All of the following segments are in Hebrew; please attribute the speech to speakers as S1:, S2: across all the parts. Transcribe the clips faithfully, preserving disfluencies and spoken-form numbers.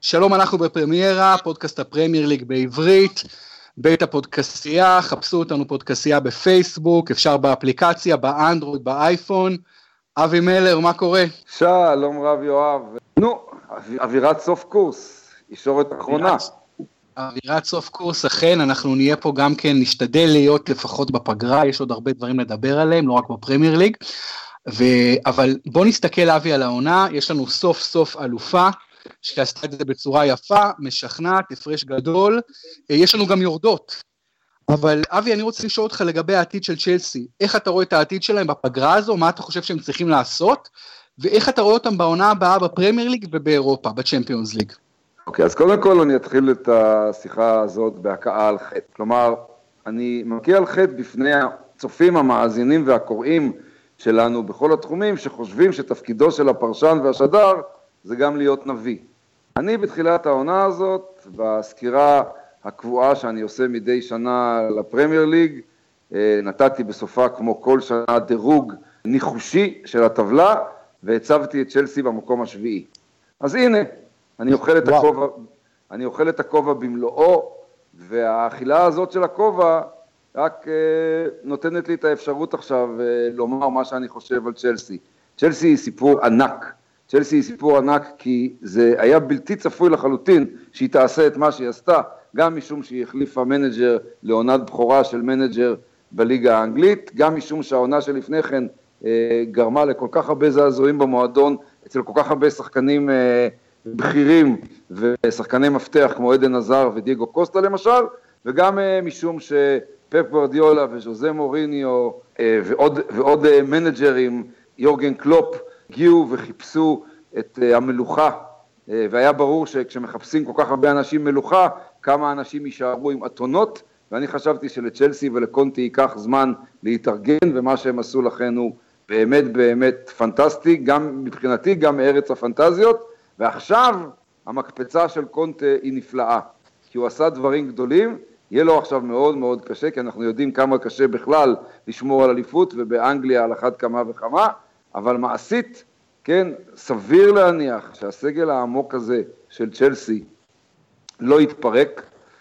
S1: שלום, אנחנו בפרמיירה, פודקאסט הפרמייר ליג בעברית, בית הפודקאסטייה, חפשו אותנו פודקאסטייה בפייסבוק, אפשר באפליקציה, באנדרואיד, באייפון. אבי מלר, מה קורה?
S2: שלום רב יואב. נו, אווירת סוף קורס, ישורת אחרונה.
S1: אווירת סוף קורס, אכן, אנחנו נהיה פה גם כן, נשתדל להיות לפחות בפגרה, יש עוד הרבה דברים לדבר עליהם, לא רק בפרמייר ליג, ו... אבל בוא נסתכל אבי על העונה, יש לנו סוף סוף אלופה, שעשתה את זה בצורה יפה, משכנעת, הפרש גדול, יש לנו גם יורדות, אבל אבי, אני רוצה לשאול אותך לגבי העתיד של צ'לסי, איך אתה רואה את העתיד שלהם בפגרה הזו, מה אתה חושב שהם צריכים לעשות, ואיך אתה רואה אותם בעונה הבאה בפרמייר ליג ובאירופה, בצ'מפיונס ליג?
S2: אוקיי, אז קודם כל אני אתחיל את השיחה הזאת בהכאה על חטא, כלומר, אני מקיע על חטא בפני הצופים, המאזינים והקוראים שלנו בכל התחומים, שחושבים שתפקידו של הפרשן והשדר, זה גם להיות נביא. אני בתחילת העונה הזאת, בסקירה הקבועה שאני עושה מדי שנה לפרמייר ליג, נתתי בסופה כמו כל שנה דירוג ניחושי של הטבלה, והצבתי את צ'לסי במקום השביעי. אז הנה, אני אוכל את הכובע, אני אוכל את הכובע במלואו, והאכילה הזאת של הכובע רק נותנת לי את האפשרות עכשיו לומר מה שאני חושב על צ'לסי. צ'לסי היא סיפור ענק. צ'לסי היא סיפור ענק כי זה היה בלתי צפוי לחלוטין שהיא תעשה את מה שהיא עשתה, גם משום שהיא החליפה מנג'ר לעונת בכורה של מנג'ר בליגה האנגלית, גם משום שהעונה שלפני כן אה, גרמה לכל כך הרבה זעזועים במועדון, אצל כל כך הרבה שחקנים אה, בכירים ושחקני מפתח כמו עדן עזר ודייגו קוסטה למשל, וגם אה, משום שפפ גוארדיולה וז'וזה מוריניו אה, ועוד, ועוד אה, מנג'רים, יורגן קלופ, הגיעו וחיפשו את המלוכה, והיה ברור שכשמחפשים כל כך הרבה אנשים מלוכה, כמה אנשים יישארו עם אתונות, ואני חשבתי שלצ'לסי ולקונטי ייקח זמן להתארגן, ומה שהם עשו לכן הוא באמת באמת פנטסטי, גם מבחינתי, גם מארץ הפנטזיות, ועכשיו המקפצה של קונטה היא נפלאה, כי הוא עשה דברים גדולים, יהיה לו עכשיו מאוד מאוד קשה, כי אנחנו יודעים כמה קשה בכלל לשמור על אליפות, ובאנגליה על אחת כמה וכמה, אבל מעשית, כן, סביר להניח שהסגל העמוק הזה של צ'לסי לא יתפרק,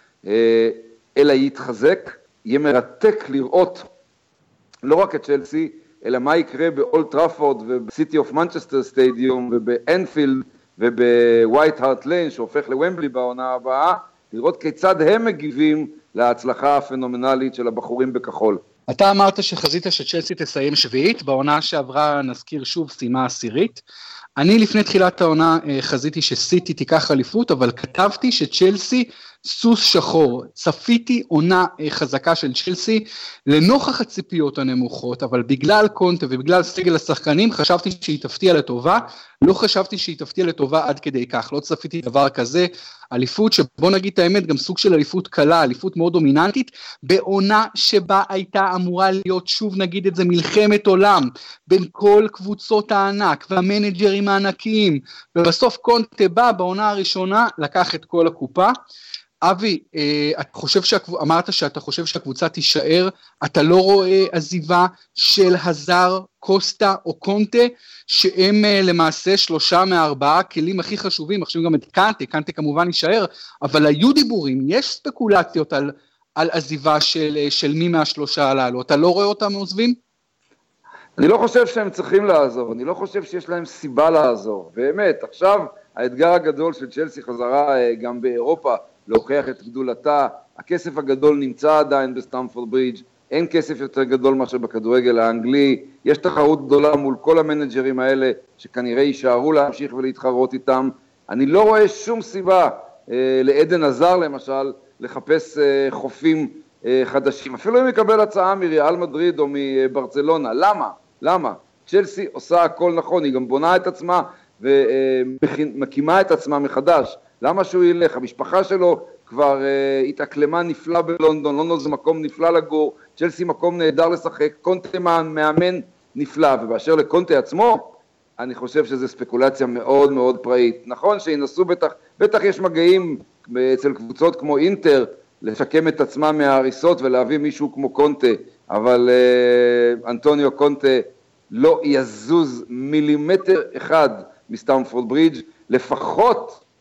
S2: אלא יתחזק, יהיה מרתק לראות לא רק את צ'לסי, אלא מה יקרה באולד טראפורד ובסיטי אוף מנצ'סטר סטדיום ובאנפילד ובווייט הארט ליין שהופך לוומבלי בעונה הבאה, לראות כיצד הם מגיבים להצלחה הפנומנלית של הבחורים בכחול.
S1: אתה אמרת שחזית שצ'לסי תסיים שביעית, בעונה שעברה נזכיר שוב סיימה עשירית, אני לפני תחילת העונה חזיתי שסיטי תיקח אליפות, אבל כתבתי שצ'לסי סוס שחור, צפיתי עונה חזקה של צ'לסי, לנוכח הציפיות הנמוכות, אבל בגלל קונטה ובגלל סגל השחקנים, חשבתי שהיא תפתיע לטובה, לא חשבתי שהיא תפתיע לטובה עד כדי כך, לא צפיתי דבר כזה, אליפות שבוא נגיד את האמת, גם סוג של אליפות קלה, אליפות מאוד דומיננטית, בעונה שבה הייתה אמורה להיות, שוב נגיד את זה, מלחמת עולם, בין כל קבוצות הענק, והמנג'רים הענקיים, ובסוף קונטה בא בעונה הראשונה, לקח את כל הקופה, אבי, אתה חושב שהקבוצ... אמרת שאתה חושב שהקבוצה תישאר, אתה לא רואה עזיבה של הזר, קוסטה או קונטה, שהם למעשה שלושה מהארבעה כלים הכי חשובים, עכשיו גם את קנטה, קנטה כמובן יישאר, אבל היו דיבורים, יש ספקולציות על, על עזיבה של, של מי מהשלושה הללו, אתה לא רואה אותם עוזבים?
S2: אני לא חושב שהם צריכים לעזור, אני לא חושב שיש להם סיבה לעזור, באמת, עכשיו האתגר הגדול של צ'לסי חזרה גם באירופה, להוכיח את גדולתה, הכסף הגדול נמצא עדיין בסטמפורד ברידג', אין כסף יותר גדול מאשר בכדורגל האנגלי, יש תחרות גדולה מול כל המנג'רים האלה, שכנראה יישארו להמשיך ולהתחרות איתם, אני לא רואה שום סיבה אה, לעדן עזר למשל, לחפש אה, חופים אה, חדשים, אפילו אם יקבל הצעה מריאל מדריד או מברצלונה, למה? למה? צ'לסי עושה הכל נכון, היא גם בונה את עצמה ומקימה את עצמה מחדש, למה שהוא ילך? המשפחה שלו כבר uh, התאקלמה נפלא בלונדון, לונדון זה מקום נפלא לגור, צ'לסי מקום נהדר לשחק, קונטה מאמן נפלא, ובאשר לקונטה עצמו, אני חושב שזו ספקולציה מאוד מאוד פראית. נכון שינסו בטח, בטח יש מגעים אצל קבוצות כמו אינטר, לשקם את עצמם מההריסות ולהביא מישהו כמו קונטה, אבל uh, אנטוניו קונטה לא יזוז מילימטר אחד מסטמפורד ברידג', לפחות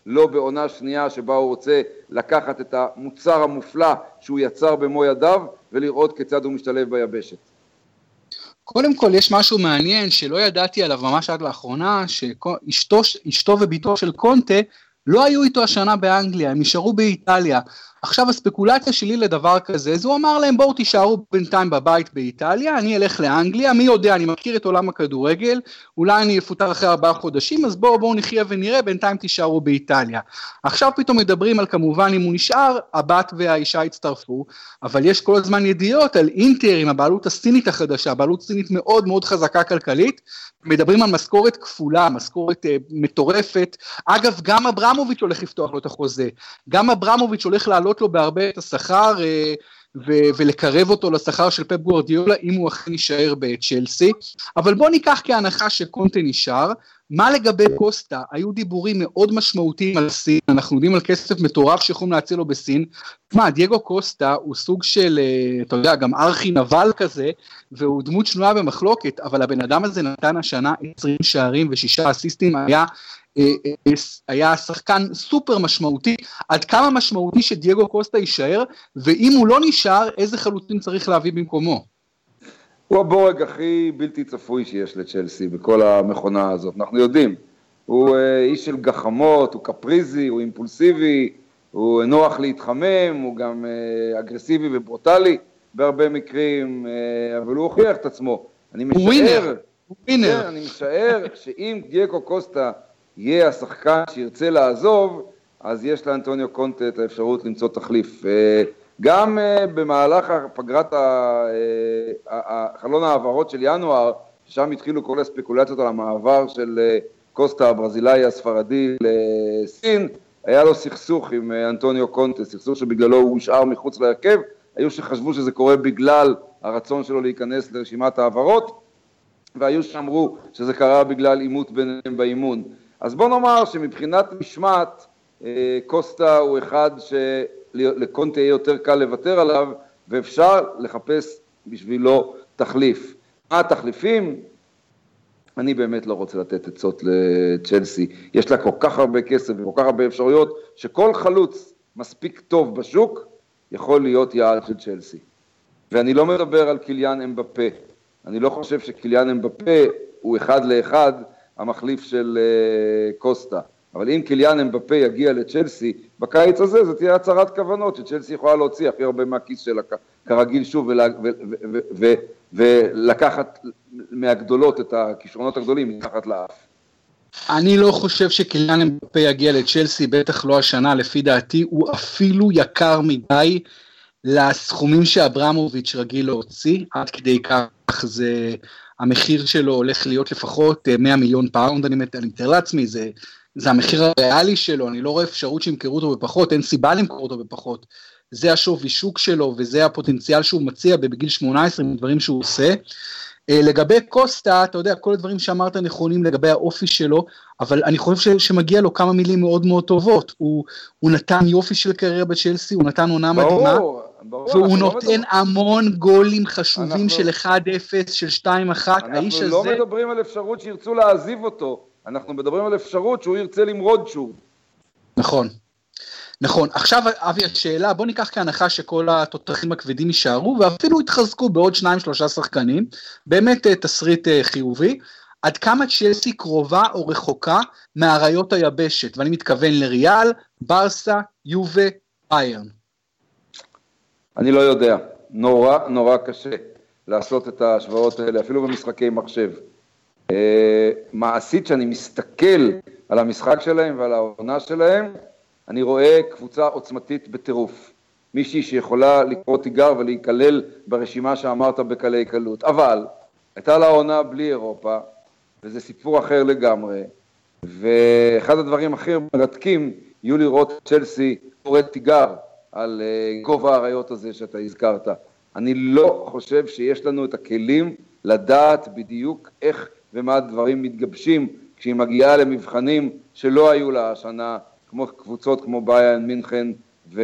S2: לא בעונה שנייה שבה הוא רוצה לקחת את המוצר המופלא שהוא יצר במו ידיו, ולראות כיצד הוא משתלב ביבשת.
S1: קודם כל יש משהו מעניין שלא ידעתי עליו ממש עד לאחרונה, שאשתו, אשתו וביתו של קונטה לא היו איתו השנה באנגליה, הם נשארו באיטליה. עכשיו הספקולציה שלי לדבר כזה, אז הוא אמר להם בואו תישארו בינתיים בבית באיטליה, אני אלך לאנגליה, מי יודע, אני מכיר את עולם הכדורגל, אולי אני אפוטר אחרי ארבעה חודשים, אז בואו בואו נחיה ונראה, בינתיים תישארו באיטליה. עכשיו פתאום מדברים על כמובן אם הוא נשאר, הבת והאישה הצטרפו, אבל יש כל הזמן ידיעות על אינטר עם הבעלות הסינית החדשה, בעלות סינית מאוד מאוד חזקה כלכלית, מדברים על משכורת כפולה, משכורת אה, מטורפת, אגב גם אברמוביץ' הולך לפתוח לו את החוזה, גם אברמוביץ' הולך לעלות לו בהרבה את השכר, אה, ו- ולקרב אותו לשכר של פפ גוארדיולה, אם הוא אכן יישאר בצ'לסי, אבל בוא ניקח כהנחה שקונטה נשאר, מה לגבי קוסטה? היו דיבורים מאוד משמעותיים על סין, אנחנו יודעים על כסף מטורף שיכולים להציע לו בסין, מה, דייגו קוסטה הוא סוג של, אתה יודע, גם ארכי נבל כזה, והוא דמות שנויה במחלוקת, אבל הבן אדם הזה נתן השנה עשרים שערים ושישה אסיסטים, היה, היה שחקן סופר משמעותי, עד כמה משמעותי שדייגו קוסטה יישאר, ואם הוא לא נשאר, איזה חלוצים צריך להביא במקומו?
S2: הוא הבורג הכי בלתי צפוי שיש לצ'לסי בכל המכונה הזאת, אנחנו יודעים, הוא איש של גחמות, הוא קפריזי, הוא אימפולסיבי, הוא נוח להתחמם, הוא גם אגרסיבי וברוטלי בהרבה מקרים, אבל הוא הוכיח את עצמו. אני משער,
S1: הוא ווינר, הוא ווינר.
S2: אני משער שאם דייגו קוסטה יהיה השחקן שירצה לעזוב, אז יש לאנטוניו קונטה את האפשרות למצוא תחליף. גם במהלך פגרת חלון העברות של ינואר, שם התחילו כל הספקולציות על המעבר של קוסטה הברזילאי הספרדי לסין, היה לו סכסוך עם אנטוניו קונטה, סכסוך שבגללו הוא נשאר מחוץ להרכב, היו שחשבו שזה קורה בגלל הרצון שלו להיכנס לרשימת העברות, והיו שאמרו שזה קרה בגלל עימות ביניהם באימון. אז בוא נאמר שמבחינת משמעת, קוסטה הוא אחד שלקונטה יהיה יותר קל לוותר עליו, ואפשר לחפש בשבילו תחליף. מה התחליפים? אני באמת לא רוצה לתת עצות לצ'לסי, יש לה כל כך הרבה כסף וכל כך הרבה אפשרויות, שכל חלוץ מספיק טוב בשוק, יכול להיות יעד של צ'לסי. ואני לא מדבר על קיליאן אמבפה, אני לא חושב שקיליאן אמבפה הוא אחד לאחד המחליף של קוסטה, אבל אם קיליאן אמבפה יגיע לצ'לסי, בקיץ הזה זה תהיה הצהרת כוונות, שצ'לסי יכולה להוציא הכי הרבה מהכיס שלה, כרגיל שוב, ולה, ו, ו, ו, ו, ולקחת מהגדולות את הכישרונות הגדולים מתחת לאף.
S1: אני לא חושב שקיליאן אמבפה יגיע לצ'לסי, בטח לא השנה, לפי דעתי, הוא אפילו יקר מדי לסכומים שאברמוביץ' רגיל להוציא, עד כדי כך זה, המחיר שלו הולך להיות לפחות מאה מיליון פאונד, אני מתאר לעצמי, זה, זה המחיר הריאלי שלו, אני לא רואה אפשרות שימכרו אותו בפחות, אין סיבה למכור אותו בפחות, זה השווי שוק שלו, וזה הפוטנציאל שהוא מציע בגיל שמונה עשרה, מדברים שהוא עושה. לגבי קוסטה, אתה יודע, כל הדברים שאמרת נכונים לגבי האופי שלו, אבל אני חושב שמגיע לו כמה מילים מאוד מאוד טובות, הוא, הוא נתן יופי של קריירה בצ'לסי, הוא נתן עונה מדהימה, והוא נותן המון גולים חשובים אנחנו, של אחד אפס, של שתיים אחת, האיש הזה...
S2: אנחנו לא מדברים על אפשרות שירצו להעזיב אותו, אנחנו מדברים על אפשרות שהוא ירצה למרוד שוב.
S1: נכון. נכון, עכשיו אבי השאלה, בוא ניקח כהנחה שכל התותחים הכבדים יישארו, ואפילו התחזקו בעוד שניים שלושה שחקנים, באמת תסריט חיובי, עד כמה צ'לסי קרובה או רחוקה מהאריות היבשת, ואני מתכוון לריאל, ברסה, יובה, ביירן.
S2: אני לא יודע, נורא נורא קשה לעשות את ההשוואות האלה, אפילו במשחקי מחשב. מעשית שאני מסתכל על המשחק שלהם ועל העונה שלהם, אני רואה קבוצה עוצמתית בטירוף, מישהי שיכולה לקרוא תיגר ולהיכלל ברשימה שאמרת בקלי קלות, אבל הייתה לה עונה בלי אירופה, וזה סיפור אחר לגמרי, ואחד הדברים הכי מרתקים, יהיו לראות צ'לסי קורא תיגר על גובה האריות הזה שאתה הזכרת. אני לא חושב שיש לנו את הכלים לדעת בדיוק איך ומה הדברים מתגבשים, כשהיא מגיעה למבחנים שלא היו לה השנה, כמו קבוצות כמו ביירן, מינכן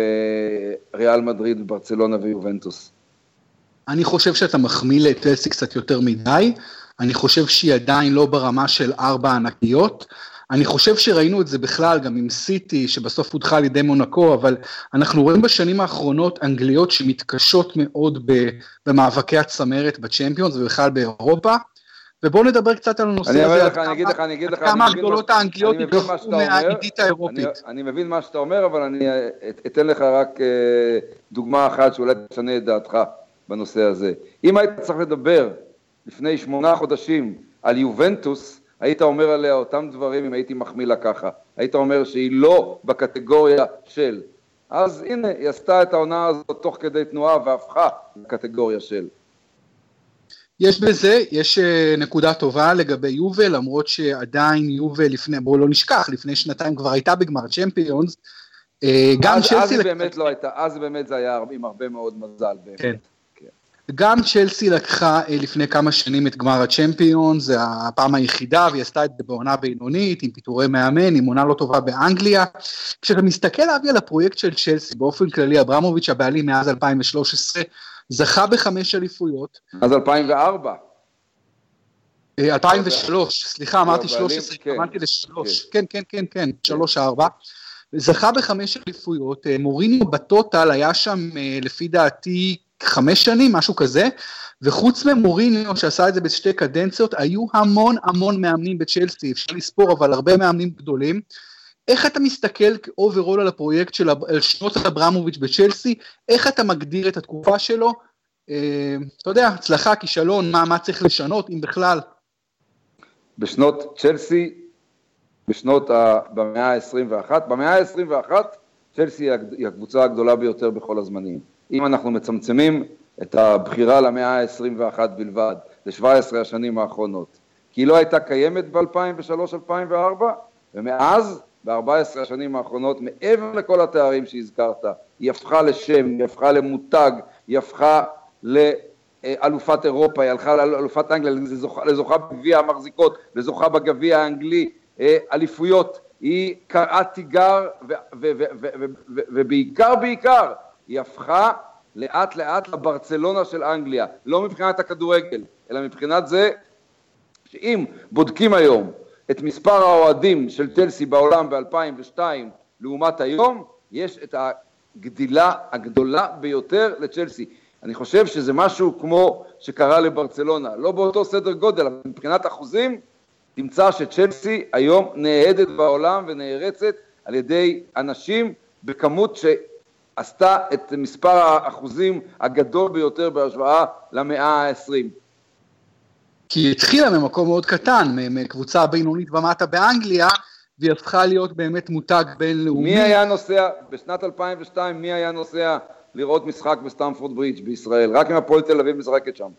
S2: וריאל מדריד, ברצלונה ויובנטוס.
S1: אני חושב שאתה מחמיא לצ'לסי קצת יותר מדי, אני חושב שהיא עדיין לא ברמה של ארבע ענקיות, אני חושב שראינו את זה בכלל גם עם סיטי, שבסוף הודחה על ידי מונקו, אבל אנחנו רואים בשנים האחרונות אנגליות שמתקשות מאוד במאבקי הצמרת בצ'מפיונס ובכלל באירופה, ובואו נדבר קצת על הנושא הזה, עד כמה הגדולות האנגליות יתרחו מהעידית האירופית.
S2: אני מבין מה שאתה אומר, אבל אני אתן לך רק דוגמה אחת שאולי תשנה את דעתך בנושא הזה. אם היית צריך לדבר לפני שמונה חודשים על יובנטוס, היית אומר עליה אותם דברים אם הייתי מחמיא לה ככה. היית אומר שהיא לא בקטגוריה של. אז הנה, היא עשתה את העונה הזאת תוך כדי תנועה והפכה לקטגוריה של.
S1: יש בזה, יש נקודה טובה לגבי יובל, למרות שעדיין יובל לפני, בואו לא נשכח, לפני שנתיים כבר הייתה בגמר צ'מפיונס, גם צ'לסי...
S2: אז היא באמת לא הייתה, אז באמת זה היה עם הרבה מאוד מזל.
S1: כן. גם צ'לסי לקחה לפני כמה שנים את גמר הצ'מפיון, זה הפעם היחידה, והיא עשתה את זה בעונה בינונית, עם פיטורי מאמן, עם עונה לא טובה באנגליה. כשאתה מסתכל אבי על הפרויקט של צ'לסי, באופן כללי, אברמוביץ' הבעלים מאז אלפיים ושלוש עשרה, זכה בחמש אליפויות.
S2: אז אלפיים וארבע.
S1: אלפיים ושלוש, סליחה, אמרתי שלוש עשרה, אמרתי לשלוש, כן, כן, כן, כן, שלוש ארבע. זכה בחמש אליפויות, מוריניו בטוטל היה שם, לפי דעתי, חמש שנים, משהו כזה, וחוץ ממוריניו שעשה את זה בשתי קדנציות, היו המון המון מאמנים בצ'לסי, אפשר לספור, אבל הרבה מאמנים גדולים. איך אתה מסתכל אוברול על הפרויקט של שנות אברמוביץ' בצ'לסי, איך אתה מגדיר את התקופה שלו, אה, אתה יודע, הצלחה, כישלון, מה, מה צריך לשנות, אם בכלל?
S2: בשנות צ'לסי, בשנות, ה, במאה ה-עשרים ואחת, במאה ה-עשרים ואחת, צ'לסי היא הקבוצה הגדולה ביותר בכל הזמנים. אם אנחנו מצמצמים את הבחירה למאה ה-עשרים ואחת בלבד, ל-שבע עשרה השנים האחרונות, כי היא לא הייתה קיימת ב-אלפיים ושלוש אלפיים וארבע, ומאז, ב-ארבע עשרה השנים האחרונות, מעבר לכל התארים שהזכרת, היא הפכה לשם, היא הפכה למותג, היא הפכה לאלופת אירופה, היא הלכה לאלופת אנגליה, לזוכה בגביע המחזיקות, לזוכה בגביע האנגלי, אליפויות, היא קראה תיגר, ובעיקר בעיקר, היא הפכה לאט לאט לברצלונה של אנגליה, לא מבחינת הכדורגל, אלא מבחינת זה שאם בודקים היום את מספר האוהדים של צ'לסי בעולם ב-אלפיים ושתיים לעומת היום, יש את הגדילה הגדולה ביותר לצ'לסי. אני חושב שזה משהו כמו שקרה לברצלונה, לא באותו סדר גודל, אבל מבחינת אחוזים, תמצא שצ'לסי היום נעהדת בעולם ונערצת על ידי אנשים בכמות ש... עשתה את מספר האחוזים הגדול ביותר בהשוואה למאה ה-עשרים.
S1: כי היא התחילה ממקום מאוד קטן, מקבוצה בינונית ומטה באנגליה, והיא הפכה להיות באמת מותג בינלאומי.
S2: מי היה נוסע, בשנת אלפיים ושתיים, מי היה נוסע לראות משחק בסטמפורד ברידג' בישראל? רק אם הפועל תל אביב משחקת שם.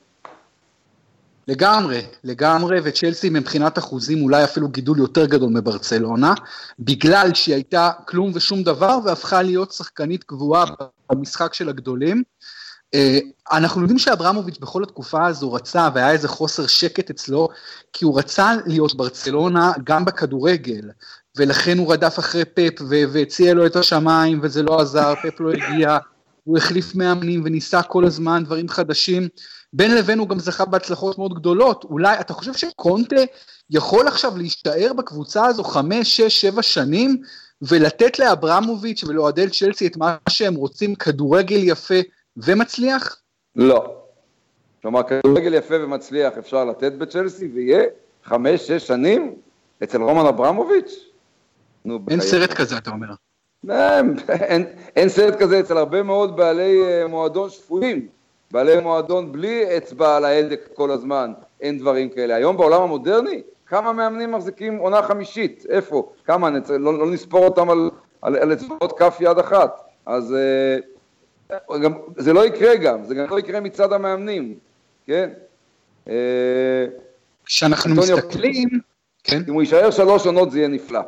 S1: לגמרי, לגמרי, וצ'לסי מבחינת אחוזים אולי אפילו גידול יותר גדול מברצלונה, בגלל שהיא הייתה כלום ושום דבר, והפכה להיות שחקנית קבועה במשחק של הגדולים. אנחנו יודעים שאברמוביץ' בכל התקופה הזו רצה, והיה איזה חוסר שקט אצלו, כי הוא רצה להיות ברצלונה גם בכדורגל, ולכן הוא רדף אחרי פפ, והציע לו את השמיים, וזה לא עזר, פפ לא הגיע, הוא החליף מאמנים, וניסה כל הזמן דברים חדשים, בין לבין הוא גם זכה בהצלחות מאוד גדולות. אולי, אתה חושב שקונטה יכול עכשיו להישאר בקבוצה הזו חמש, שש, שבע שנים, ולתת לאברמוביץ' ולאוהדי צ'לסי את מה שהם רוצים, כדורגל יפה ומצליח?
S2: לא. כלומר, כדורגל יפה ומצליח אפשר לתת בצ'לסי, ויהיה חמש, שש שנים אצל רומן אברמוביץ'?
S1: אין סרט כזה, אתה אומר.
S2: אין, אין סרט כזה אצל הרבה מאוד בעלי מועדון שפויים. בעלי מועדון בלי אצבע על ההדק כל הזמן, אין דברים כאלה. היום בעולם המודרני, כמה מאמנים מחזיקים עונה חמישית? איפה? כמה? לא, לא נספור אותם על, על, על אצבעות כף יד אחת. אז אה, גם, זה לא יקרה גם, זה גם לא יקרה מצד המאמנים, כן? אה,
S1: כשאנחנו מסתכלים, כן?
S2: אם הוא יישאר שלוש עונות זה יהיה נפלא.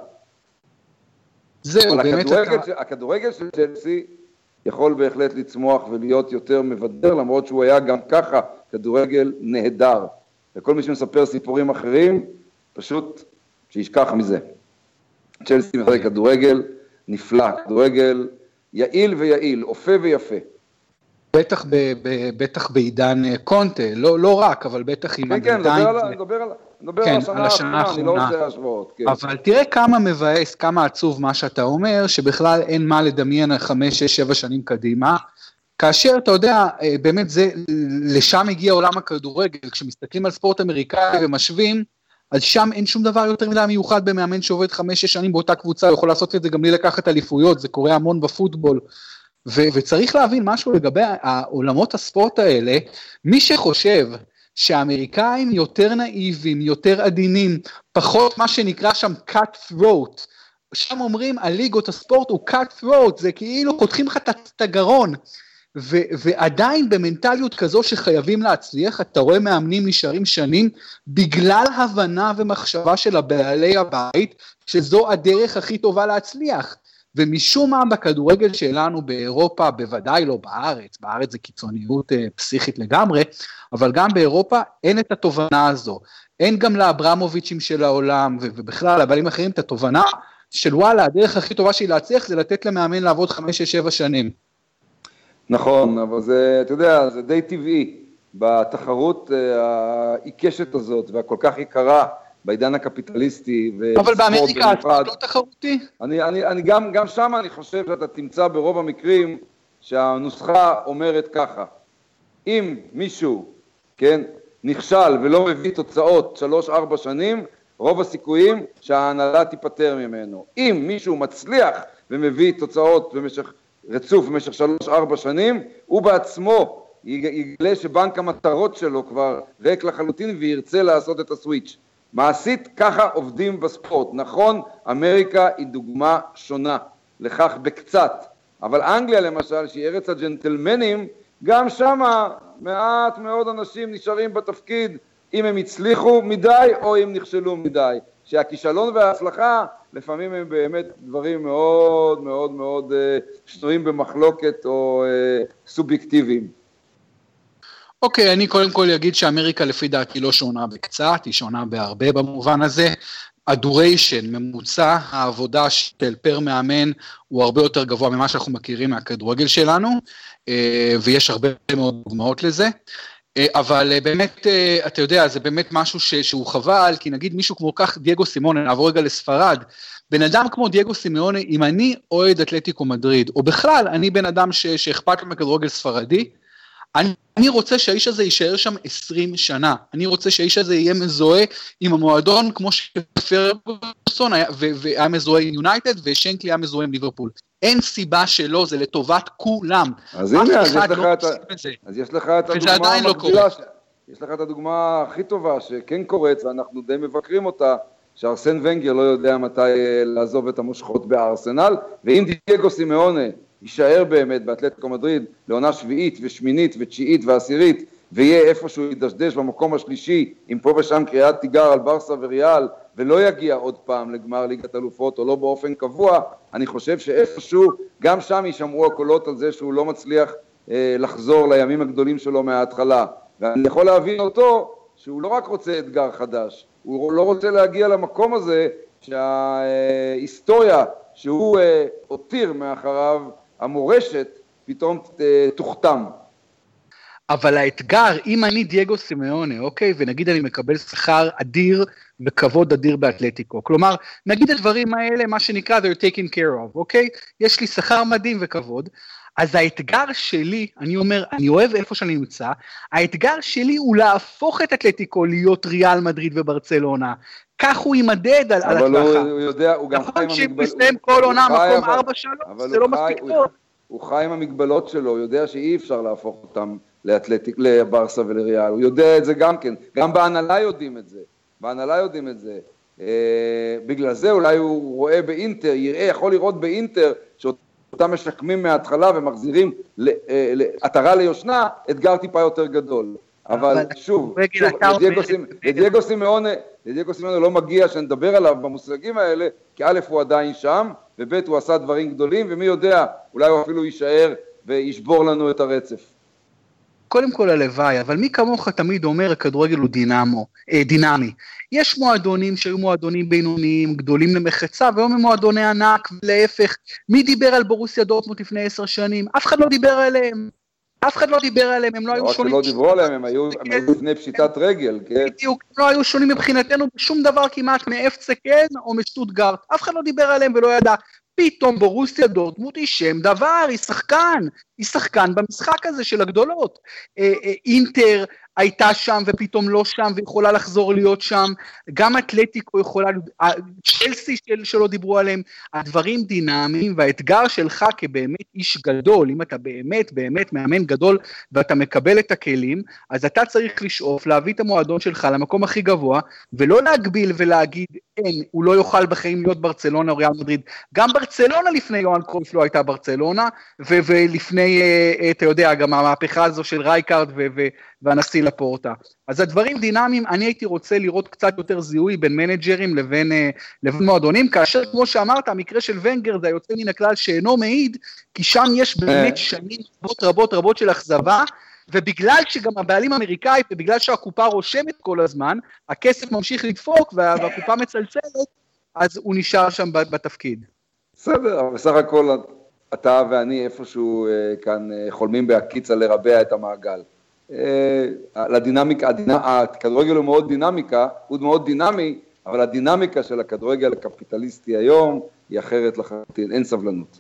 S1: זהו, באמת
S2: הכדורגל, אתה... הכדורגל של צ'לסי, יכול בהחלט לצמוח ולהיות יותר מבדר, למרות שהוא היה גם ככה כדורגל נהדר. וכל מי שמספר סיפורים אחרים, פשוט שישכח מזה. צ'לסי משחק כדורגל נפלא, כדורגל יעיל ויעיל, אופה ויפה.
S1: בטח, ב, ב, בטח בעידן קונטה, לא, לא רק, אבל בטח עם
S2: כן, כן, נדבר על, נדבר על, נדבר
S1: כן,
S2: על השנה האחרונה, אני לא רוצה להשוות. כן.
S1: אבל תראה כמה מבאס, כמה עצוב מה שאתה אומר, שבכלל אין מה לדמיין על חמש, שש, שבע שנים קדימה, כאשר אתה יודע, באמת זה, לשם הגיע עולם הכדורגל, כשמסתכלים על ספורט אמריקאי ומשווים, אז שם אין שום דבר יותר מדי מיוחד במאמן שעובד חמש, שש שנים באותה קבוצה, הוא יכול לעשות את זה גם בלי לקחת אליפויות, זה קורה המון בפוטבול, ו- וצריך להבין משהו לגבי העולמות הספורט האלה, מי שחושב שהאמריקאים יותר נאיבים, יותר עדינים, פחות מה שנקרא שם cut throat, שם אומרים הליגות הספורט הוא cut throat, זה כאילו חותכים לך את הגרון, ו- ועדיין במנטליות כזו שחייבים להצליח, אתה רואה מאמנים נשארים שנים, בגלל הבנה ומחשבה של הבעלי הבית, שזו הדרך הכי טובה להצליח, ומשום מה בכדורגל שלנו באירופה, בוודאי לא בארץ, בארץ זה קיצוניות אה, פסיכית לגמרי, אבל גם באירופה אין את התובנה הזו, אין גם לאברמוביצ'ים של העולם, ו- ובכלל לבעלים אחרים את התובנה, של וואלה, הדרך הכי טובה שהיא להצליח, זה לתת למאמן לעבוד חמש, שש, שבע שנים.
S2: נכון, אבל זה, אתה יודע, זה די טבעי, בתחרות העיקשת הזאת, והכל כך יקרה, בעידן הקפיטליסטי.
S1: אבל באמריקה, אתה לא תחרותי?
S2: אני, אני, אני גם, גם שם אני חושב שאתה תמצא ברוב המקרים, שהנוסחה אומרת ככה, אם מישהו, כן, נכשל ולא מביא תוצאות שלוש, ארבע שנים, רוב הסיכויים שההנהלה תיפטר ממנו. אם מישהו מצליח ומביא תוצאות במשך רצוף במשך שלוש, ארבע שנים, הוא בעצמו יגלה שבנק המטרות שלו כבר ריק לחלוטין וירצה לעשות את הסוויץ'. מעשית ככה עובדים בספורט. נכון, אמריקה היא דוגמה שונה לכך בקצת, אבל אנגליה למשל, שהיא ארץ הג'נטלמנים, גם שמה מעט מאוד אנשים נשארים בתפקיד אם הם הצליחו מדי או אם נכשלו מדי. שהכישלון וההצלחה לפעמים הם באמת דברים מאוד מאוד מאוד שנויים במחלוקת או סובייקטיביים.
S1: אוקיי, אני קודם כל אגיד שאמריקה לפי דעתי לא שונה בקצת, היא שונה בהרבה במובן הזה. הדוריישן, ממוצע העבודה של פר מאמן, הוא הרבה יותר גבוה ממה שאנחנו מכירים מהכדורגל שלנו, ויש הרבה מאוד דוגמאות לזה. אבל באמת, אתה יודע, זה באמת משהו שהוא חבל, כי נגיד מישהו כמו כך, דייגו סימונה, נעבור רגע לספרד, בן אדם כמו דייגו סימונה, אם אני אוהד אתלטיקו מדריד, או בכלל, אני בן אדם ש, שאכפת לו מכדורגל ספרדי, אני, אני רוצה שהאיש הזה יישאר שם עשרים שנה, אני רוצה שהאיש הזה יהיה מזוהה עם המועדון, כמו שפרגוסון היה, והיה מזוהה עם יונייטד, ושנקלי היה מזוהה עם ליברפול. אין סיבה שלא, זה לטובת כולם.
S2: אז הנה, אז יש לך את, אז יש לך את הדוגמה המקבילה, יש לך את הדוגמה הכי טובה שכן קורית, ואנחנו די מבקרים אותה, שארסן ונגר לא יודע מתי לעזוב את המושכות בארסנל, ואם דייגו סימאונה יישאר באמת באתלטיקו מדריד לעונה שביעית ושמינית ותשיעית ועשירית, ויהיה איפשהו ידשדש במקום השלישי, עם פה ושם קריאת תיגר על ברסה וריאל, ולא יגיע עוד פעם לגמר ליגת אלופות, או לא באופן קבוע, אני חושב שאיפשהו, גם שם יישמעו הקולות על זה שהוא לא מצליח אה, לחזור לימים הגדולים שלו מההתחלה. ואני יכול להבין אותו, שהוא לא רק רוצה אתגר חדש, הוא לא רוצה להגיע למקום הזה, שההיסטוריה שהוא אה, הותיר מאחריו, המורשת, פתאום אה, תוכתם.
S1: אבל האתגר, אם אני דייגו סימאונה, אוקיי, ונגיד אני מקבל שכר אדיר וכבוד אדיר באתלטיקו, כלומר, נגיד הדברים האלה, מה שנקרא, they're taken care of, אוקיי? יש לי שכר מדהים וכבוד, אז האתגר שלי, אני אומר, אני אוהב איפה שאני נמצא, האתגר שלי הוא להפוך את אתלטיקו להיות ריאל מדריד וברצלונה, כך הוא יימדד על הצלחה.
S2: אבל הוא יודע, הוא גם חי עם המגבלות.
S1: נכון שמסיים כל עונה מקום ארבע שלוש, זה לא מספיק טוב.
S2: הוא חי עם המגבלות שלו, הוא יודע שאי אפשר להפוך אותם לאתלטיק, לברסה ולריאל, הוא יודע את זה גם כן, גם בהנהלה יודעים את זה, בהנהלה יודעים את זה, אה, בגלל זה אולי הוא רואה באינטר, יראה, יכול לראות באינטר, שאותם משקמים מההתחלה ומחזירים לעטרה ליושנה, אתגר טיפה יותר גדול, אבל, אבל שוב, לדייגו סימאונה, לדייגו סימאונה לא מגיע שנדבר עליו במושגים האלה, כי א' הוא עדיין שם, וב' הוא עשה דברים גדולים, ומי יודע, אולי הוא אפילו יישאר וישבור לנו את הרצף.
S1: קודם כל הלוואי, אבל מי כמוך תמיד אומר, הכדורגל הוא דינמו, אה, דינמי. יש מועדונים שהיו מועדונים בינוניים, גדולים למחצה, והיום הם מועדוני ענק, ולהפך, מי דיבר על בורוסיה דורטמונד לפני עשר שנים? אף אחד לא דיבר עליהם. אף אחד לא דיבר עליהם, הם לא היו שונים.
S2: לא רק שלא דיברו עליהם, הם היו לפני פשיטת רגל, כן?
S1: בדיוק, הם לא היו שונים מבחינתנו בשום דבר כמעט מאף סי קן או משטוטגרט, אף אחד לא דיבר עליהם ולא ידע. פתאום ברוסיה דורטמונד היא שם דבר, היא שחקן, היא שחקן במשחק הזה של הגדולות. אינטר הייתה שם ופתאום לא שם ויכולה לחזור להיות שם, גם אתלטיקו יכולה, צ'לסי של, שלא דיברו עליהם, הדברים דינמיים, והאתגר שלך כבאמת איש גדול, אם אתה באמת באמת מאמן גדול ואתה מקבל את הכלים, אז אתה צריך לשאוף להביא את המועדון שלך למקום הכי גבוה, ולא להגביל ולהגיד, אין, הוא לא יוכל בחיים להיות ברצלונה או ריאל מדריד, גם ברצלונה לפני יוהאן קרויף לא הייתה ברצלונה, ו- ולפני, אתה יודע, גם המהפכה הזו של רייקארד ו- ו- והנשיא לפורטה. אז הדברים דינמיים, אני הייתי רוצה לראות קצת יותר זיהוי בין מנג'רים לבין, לבין מועדונים, כאשר כמו שאמרת, המקרה של ונגר זה היוצא מן הכלל שאינו מעיד, כי שם יש באמת שנים רבות רבות רבות של אכזבה, ובגלל שגם הבעלים האמריקאי, ובגלל שהקופה רושמת כל הזמן, הכסף ממשיך לדפוק, והקופה מצלצלת, אז הוא נשאר שם בתפקיד. בסדר,
S2: אבל בסך הכל אתה ואני איפשהו כאן חולמים בהקיצה לרבע את המעגל. לדינמיקה, הכדורגל הוא מאוד דינמיקה, הוא מאוד דינמי, אבל הדינמיקה של הכדורגל הקפיטליסטי היום היא אחרת לחלוטין, אין סבלנות.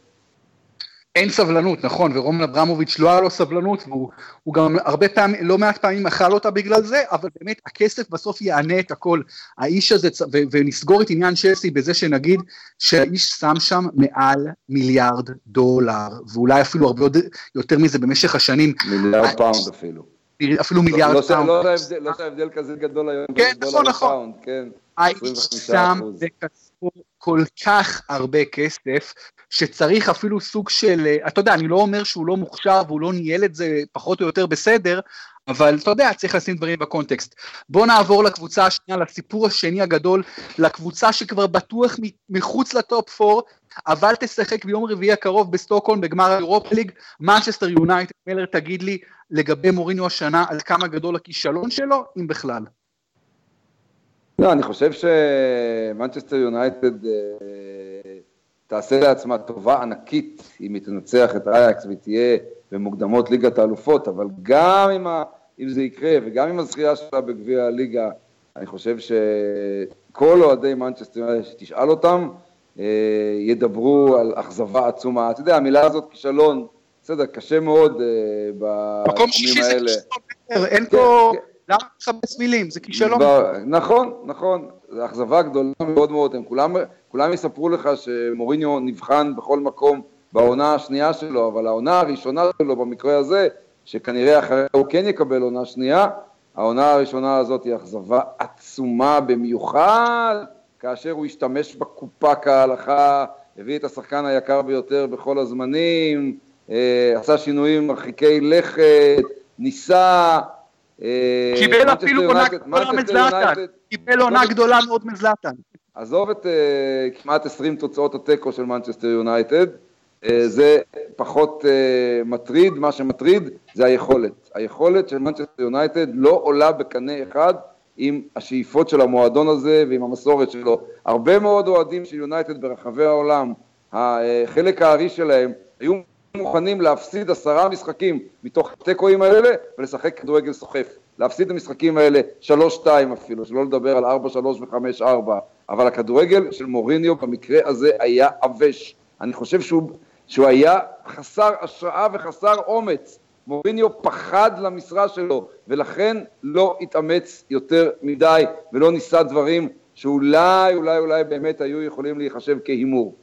S1: אין סבלנות, נכון, ורומן אברמוביץ' לא היה לו סבלנות, והוא גם הרבה פעמים, לא מעט פעמים אכל אותה בגלל זה, אבל באמת הכסף בסוף יענה את הכל, האיש הזה, ונסגור את עניין צ'לסי בזה שנגיד, שהאיש שם שם מעל מיליארד דולר, ואולי אפילו הרבה יותר מזה במשך השנים.
S2: מיליארד פאונד אפילו.
S1: אפילו מיליארד פאונד.
S2: לא שההבדל כזה גדול היום,
S1: כן, נכון, נכון. האיש שם בכספו כל כך הרבה כסף, שצריך אפילו סוג של, אתה יודע, אני לא אומר שהוא לא מוכשר, והוא לא ניהל את זה פחות או יותר בסדר, אבל אתה יודע, צריך לשים דברים בקונטקסט. בוא נעבור לקבוצה השנייה, לסיפור השני הגדול, לקבוצה שכבר בטוח מחוץ לטופ ארבע, אבל תשחק ביום רביעי הקרוב בסטוקהולם, בגמר האירופה ליג, מנצ'סטר יונייטד. מלר, תגיד לי, לגבי מוריניו השנה, על כמה גדול הכישלון שלו, אם בכלל.
S2: לא, אני חושב שמנצ'סטר יונייטד תעשה לעצמה טובה ענקית, אם היא תנצח את אייקס ותהיה במוקדמות ליגת האלופות, אבל גם אם, ה, אם זה יקרה, וגם עם הזכייה שלה בגביע הליגה, אני חושב שכל אוהדי מנצ'סטר יונייטד שתשאל אותם, ידברו על אכזבה עצומה. אתה יודע, המילה הזאת כישלון, בסדר, קשה מאוד בתחומים האלה.
S1: אין פה, למה חמש מילים, זה כישלון.
S2: נכון, נכון, זו אכזבה גדולה מאוד מאוד, הם כולם, כולם יספרו לך שמוריניו נבחן בכל מקום בעונה השנייה שלו, אבל העונה הראשונה שלו במקרה הזה, שכנראה אחרי הוא כן יקבל עונה שנייה, העונה הראשונה הזאת היא אכזבה עצומה במיוחד, כאשר הוא השתמש בקופה כהלכה, הביא את השחקן היקר ביותר בכל הזמנים, עשה שינויים מרחיקי לכת, ניסה,
S1: קיבל אפילו עונה גדולה מזלטן, קיבל עונה גדולה מאוד מזלטן.
S2: עזוב את כמעט עשרים תוצאות הטקו של מנצ'סטר יונייטד, זה פחות מטריד, מה שמטריד זה היכולת. היכולת של מנצ'סטר יונייטד לא עולה בקנה אחד עם השאיפות של המועדון הזה ועם המסורת שלו. הרבה מאוד אוהדים של יונייטד ברחבי העולם, החלק הארי שלהם היו מוכנים להפסיד עשרה משחקים מתוך הטקואים האלה ולשחק כדורגל סוחף. להפסיד את המשחקים האלה שלוש שתיים אפילו, שלא לדבר על ארבע שלוש וחמש ארבע, אבל הכדורגל של מוריניו במקרה הזה היה עבש. אני חושב שהוא, שהוא היה חסר השראה וחסר אומץ. מוריניו פחד למשרה שלו, ולכן לא התאמץ יותר מדי, ולא ניסה דברים שאולי, אולי, אולי באמת היו יכולים להיחשב כהימור.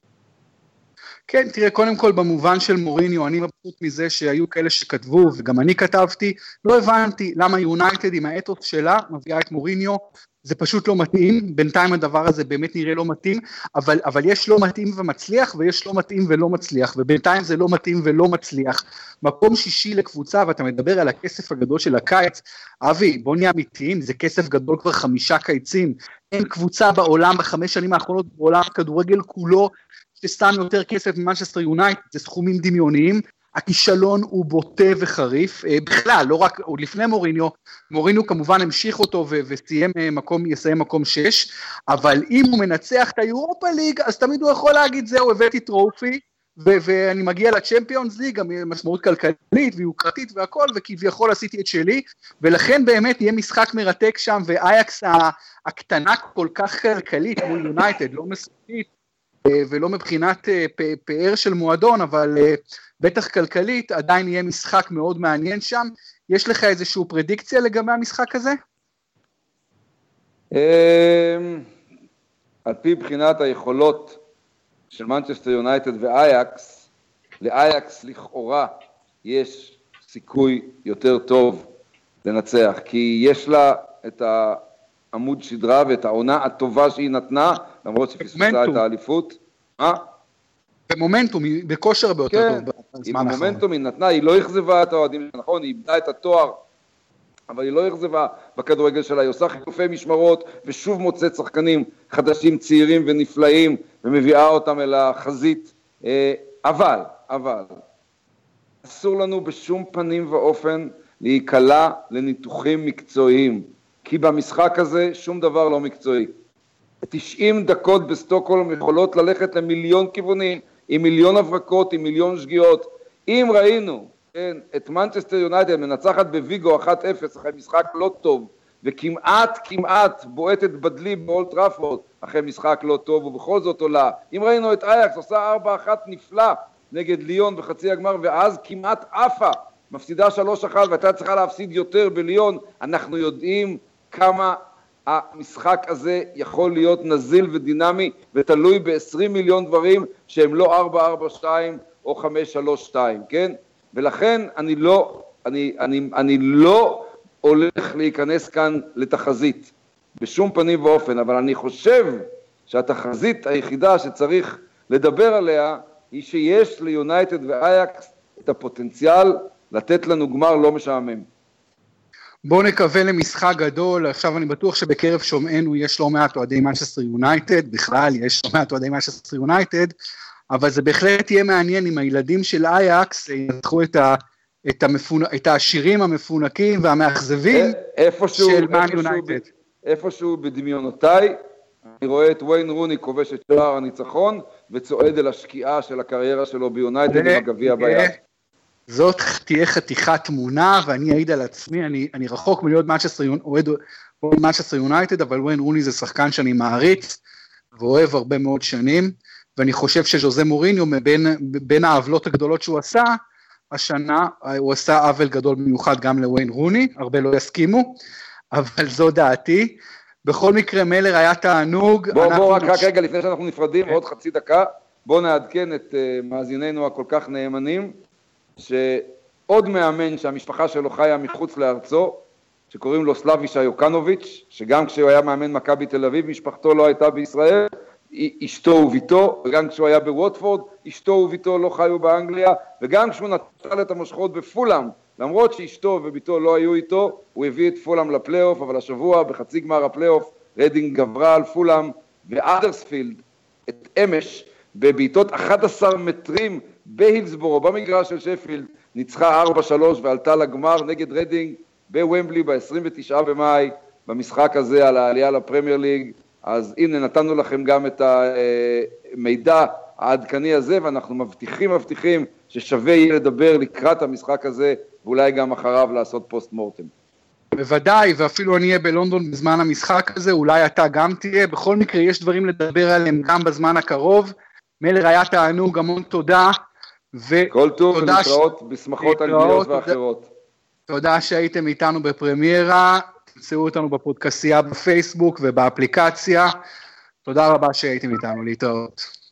S1: כן, תראה, קודם כל במובן של מוריניו, אני מבסוט מזה שהיו כאלה שכתבו, וגם אני כתבתי, לא הבנתי למה יונייטד עם האתוס שלה מביאה את מוריניו, זה פשוט לא מתאים, בינתיים הדבר הזה באמת נראה לא מתאים, אבל, אבל יש לא מתאים ומצליח, ויש לא מתאים ולא מצליח, ובינתיים זה לא מתאים ולא מצליח. מקום שישי לקבוצה, ואתה מדבר על הכסף הגדול של הקיץ, אבי, בוא נהיה אמיתיים, זה כסף גדול כבר חמישה קיצים, אין קבוצה בעולם, בחמש שנים האחרונות, בעולם הכדורגל כולו, ששם יותר כסף ממנצ'סטר יונייטד, זה סכומים דמיוניים, הכישלון הוא בוטה וחריף, בכלל, לא רק, עוד לפני מוריניו, מוריניו כמובן המשיך אותו ו- וסיים מקום, יסיים מקום שש, אבל אם הוא מנצח את האירופה ליג, אז תמיד הוא יכול להגיד, זהו, הבאתי טרופי, ו- ואני מגיע לצ'מפיונס ליג, גם משמעות כלכלית ויוקרתית והכל, וכביכול עשיתי את שלי, ולכן באמת יהיה משחק מרתק שם, ואייקס הקטנה כל כך כלכלית מול יונייטד, לא מסוכית, ולא מבחינת פאר של מועדון, אבל בטח כלכלית, עדיין יהיה משחק מאוד מעניין שם. יש לך איזושהי פרדיקציה לגבי המשחק הזה?
S2: על פי בחינת היכולות של מנצ'סטר יונייטד ואייקס, לאייקס לכאורה יש סיכוי יותר טוב לנצח, כי יש לה את העמוד שדרה ואת העונה הטובה שהיא נתנה, למרות שפספסה את האליפות. מה?
S1: במומנטום, בכושר ביותר
S2: כן, טוב. היא במומנטום היא נתנה, היא לא הכזבה את האוהדים, נכון, היא איבדה את התואר, אבל היא לא הכזבה בכדורגל שלה, היא עושה חילופי משמרות, ושוב מוצאת שחקנים חדשים, צעירים ונפלאים, ומביאה אותם אל החזית, אבל, אבל, אסור לנו בשום פנים ואופן להיקלע לניתוחים מקצועיים, כי במשחק הזה שום דבר לא מקצועי. תשעים דקות בסטוקהולם יכולות ללכת למיליון כיוונים, עם מיליון הברקות, עם מיליון שגיאות. אם ראינו כן, את מנצ'סטר יונייטד מנצחת בוויגו אחת אפס אחרי משחק לא טוב, וכמעט כמעט בועטת בדלי באולד טראפורד אחרי משחק לא טוב, ובכל זאת עולה. אם ראינו את אייקס עושה ארבע אחת נפלא נגד ליון בחצי הגמר, ואז כמעט עפה, מפסידה שלוש אחת, והייתה צריכה להפסיד יותר בליון, אנחנו יודעים כמה המשחק הזה יכול להיות נזיל ודינמי, ותלוי ב-עשרים מיליון דברים שהם לא ארבע ארבע שתיים או חמש שלוש שתיים, כן? ולכן אני לא, אני, אני, אני לא הולך להיכנס כאן לתחזית, בשום פנים ואופן, אבל אני חושב שהתחזית היחידה שצריך לדבר עליה, היא שיש ליונייטד ואייקס את הפוטנציאל לתת לנו גמר לא משעמם.
S1: בואו נקווה למשחק גדול. עכשיו אני בטוח שבקרב שומענו יש לא מעט אוהדי מנצ'סטר יונייטד, בכלל יש לא מעט אוהדי מנצ'סטר יונייטד, אבל זה בהחלט יהיה מעניין אם הילדים של אייקס ינצחו את, ה, את, המפונ... את השירים המפונקים והמאכזבים
S2: איפשהו,
S1: של מן
S2: איפשהו,
S1: יונייטד.
S2: איפשהו בדמיונותיי, אני רואה את ויין רוני כובש את שער הניצחון, וצועד אל השקיעה של הקריירה שלו ביונייטד עם הגביע ביד.
S1: זאת תהיה חתיכת תמונה, ואני אעיד על עצמי, אני, אני רחוק מלהיות מנצ'סטר יונייטד, אבל ויין רוני זה שחקן שאני מעריץ, ואוהב הרבה מאוד שנים, ואני חושב שז'וזה מוריניו, בין, בין העוולות הגדולות שהוא עשה, השנה, הוא עשה עוול גדול במיוחד גם לוויין רוני, הרבה לא יסכימו, אבל זו דעתי. בכל מקרה, מלר היה תענוג.
S2: בוא, בוא, רק נש... רגע, לפני שאנחנו נפרדים, עוד חצי דקה, בוא נעדכן את uh, מאזיננו הכל כך נאמנים, שעוד מאמן שהמשפחה שלו חיה מחוץ לארצו, שקוראים לו סלאבישה יוקנוביץ', שגם כשהוא היה מאמן מכבי תל אביב, משפחתו לא הייתה בישראל, אשתו וביתו, וגם כשהוא היה בווטפורד, אשתו וביתו לא חיו באנגליה, וגם כשהוא נטל את המשכות בפולאם, למרות שאשתו וביתו לא היו איתו, הוא הביא את פולאם לפלייאוף, אבל השבוע בחצי גמר הפלייאוף, רדינג גברה על פולאם, ואדרספילד, את אמש, בביתות אחד עשר מטרים בהילסבורו, במגרש של שפילד, ניצחה ארבע שלוש ועלתה לגמר נגד רדינג בוומבלי ב-עשרים ותשעה במאי, במשחק הזה על העלייה לפרמייר ליג. אז הנה נתנו לכם גם את המידע העדכני הזה, ואנחנו מבטיחים, מבטיחים ששווה יהיה לדבר לקראת המשחק הזה, ואולי גם אחריו לעשות פוסט מורטם.
S1: בוודאי, ואפילו אני אהיה בלונדון בזמן המשחק הזה, אולי אתה גם תהיה. בכל מקרה יש דברים לדבר עליהם גם בזמן הקרוב. מלר היה תענוג, המון תודה.
S2: כל טוב ולהתראות ש... בשמחות אנגליות ואחרות.
S1: תודה שהייתם איתנו בפרמיירה, תמצאו אותנו בפודקאסטייה בפייסבוק ובאפליקציה. תודה רבה שהייתם איתנו, להתראות.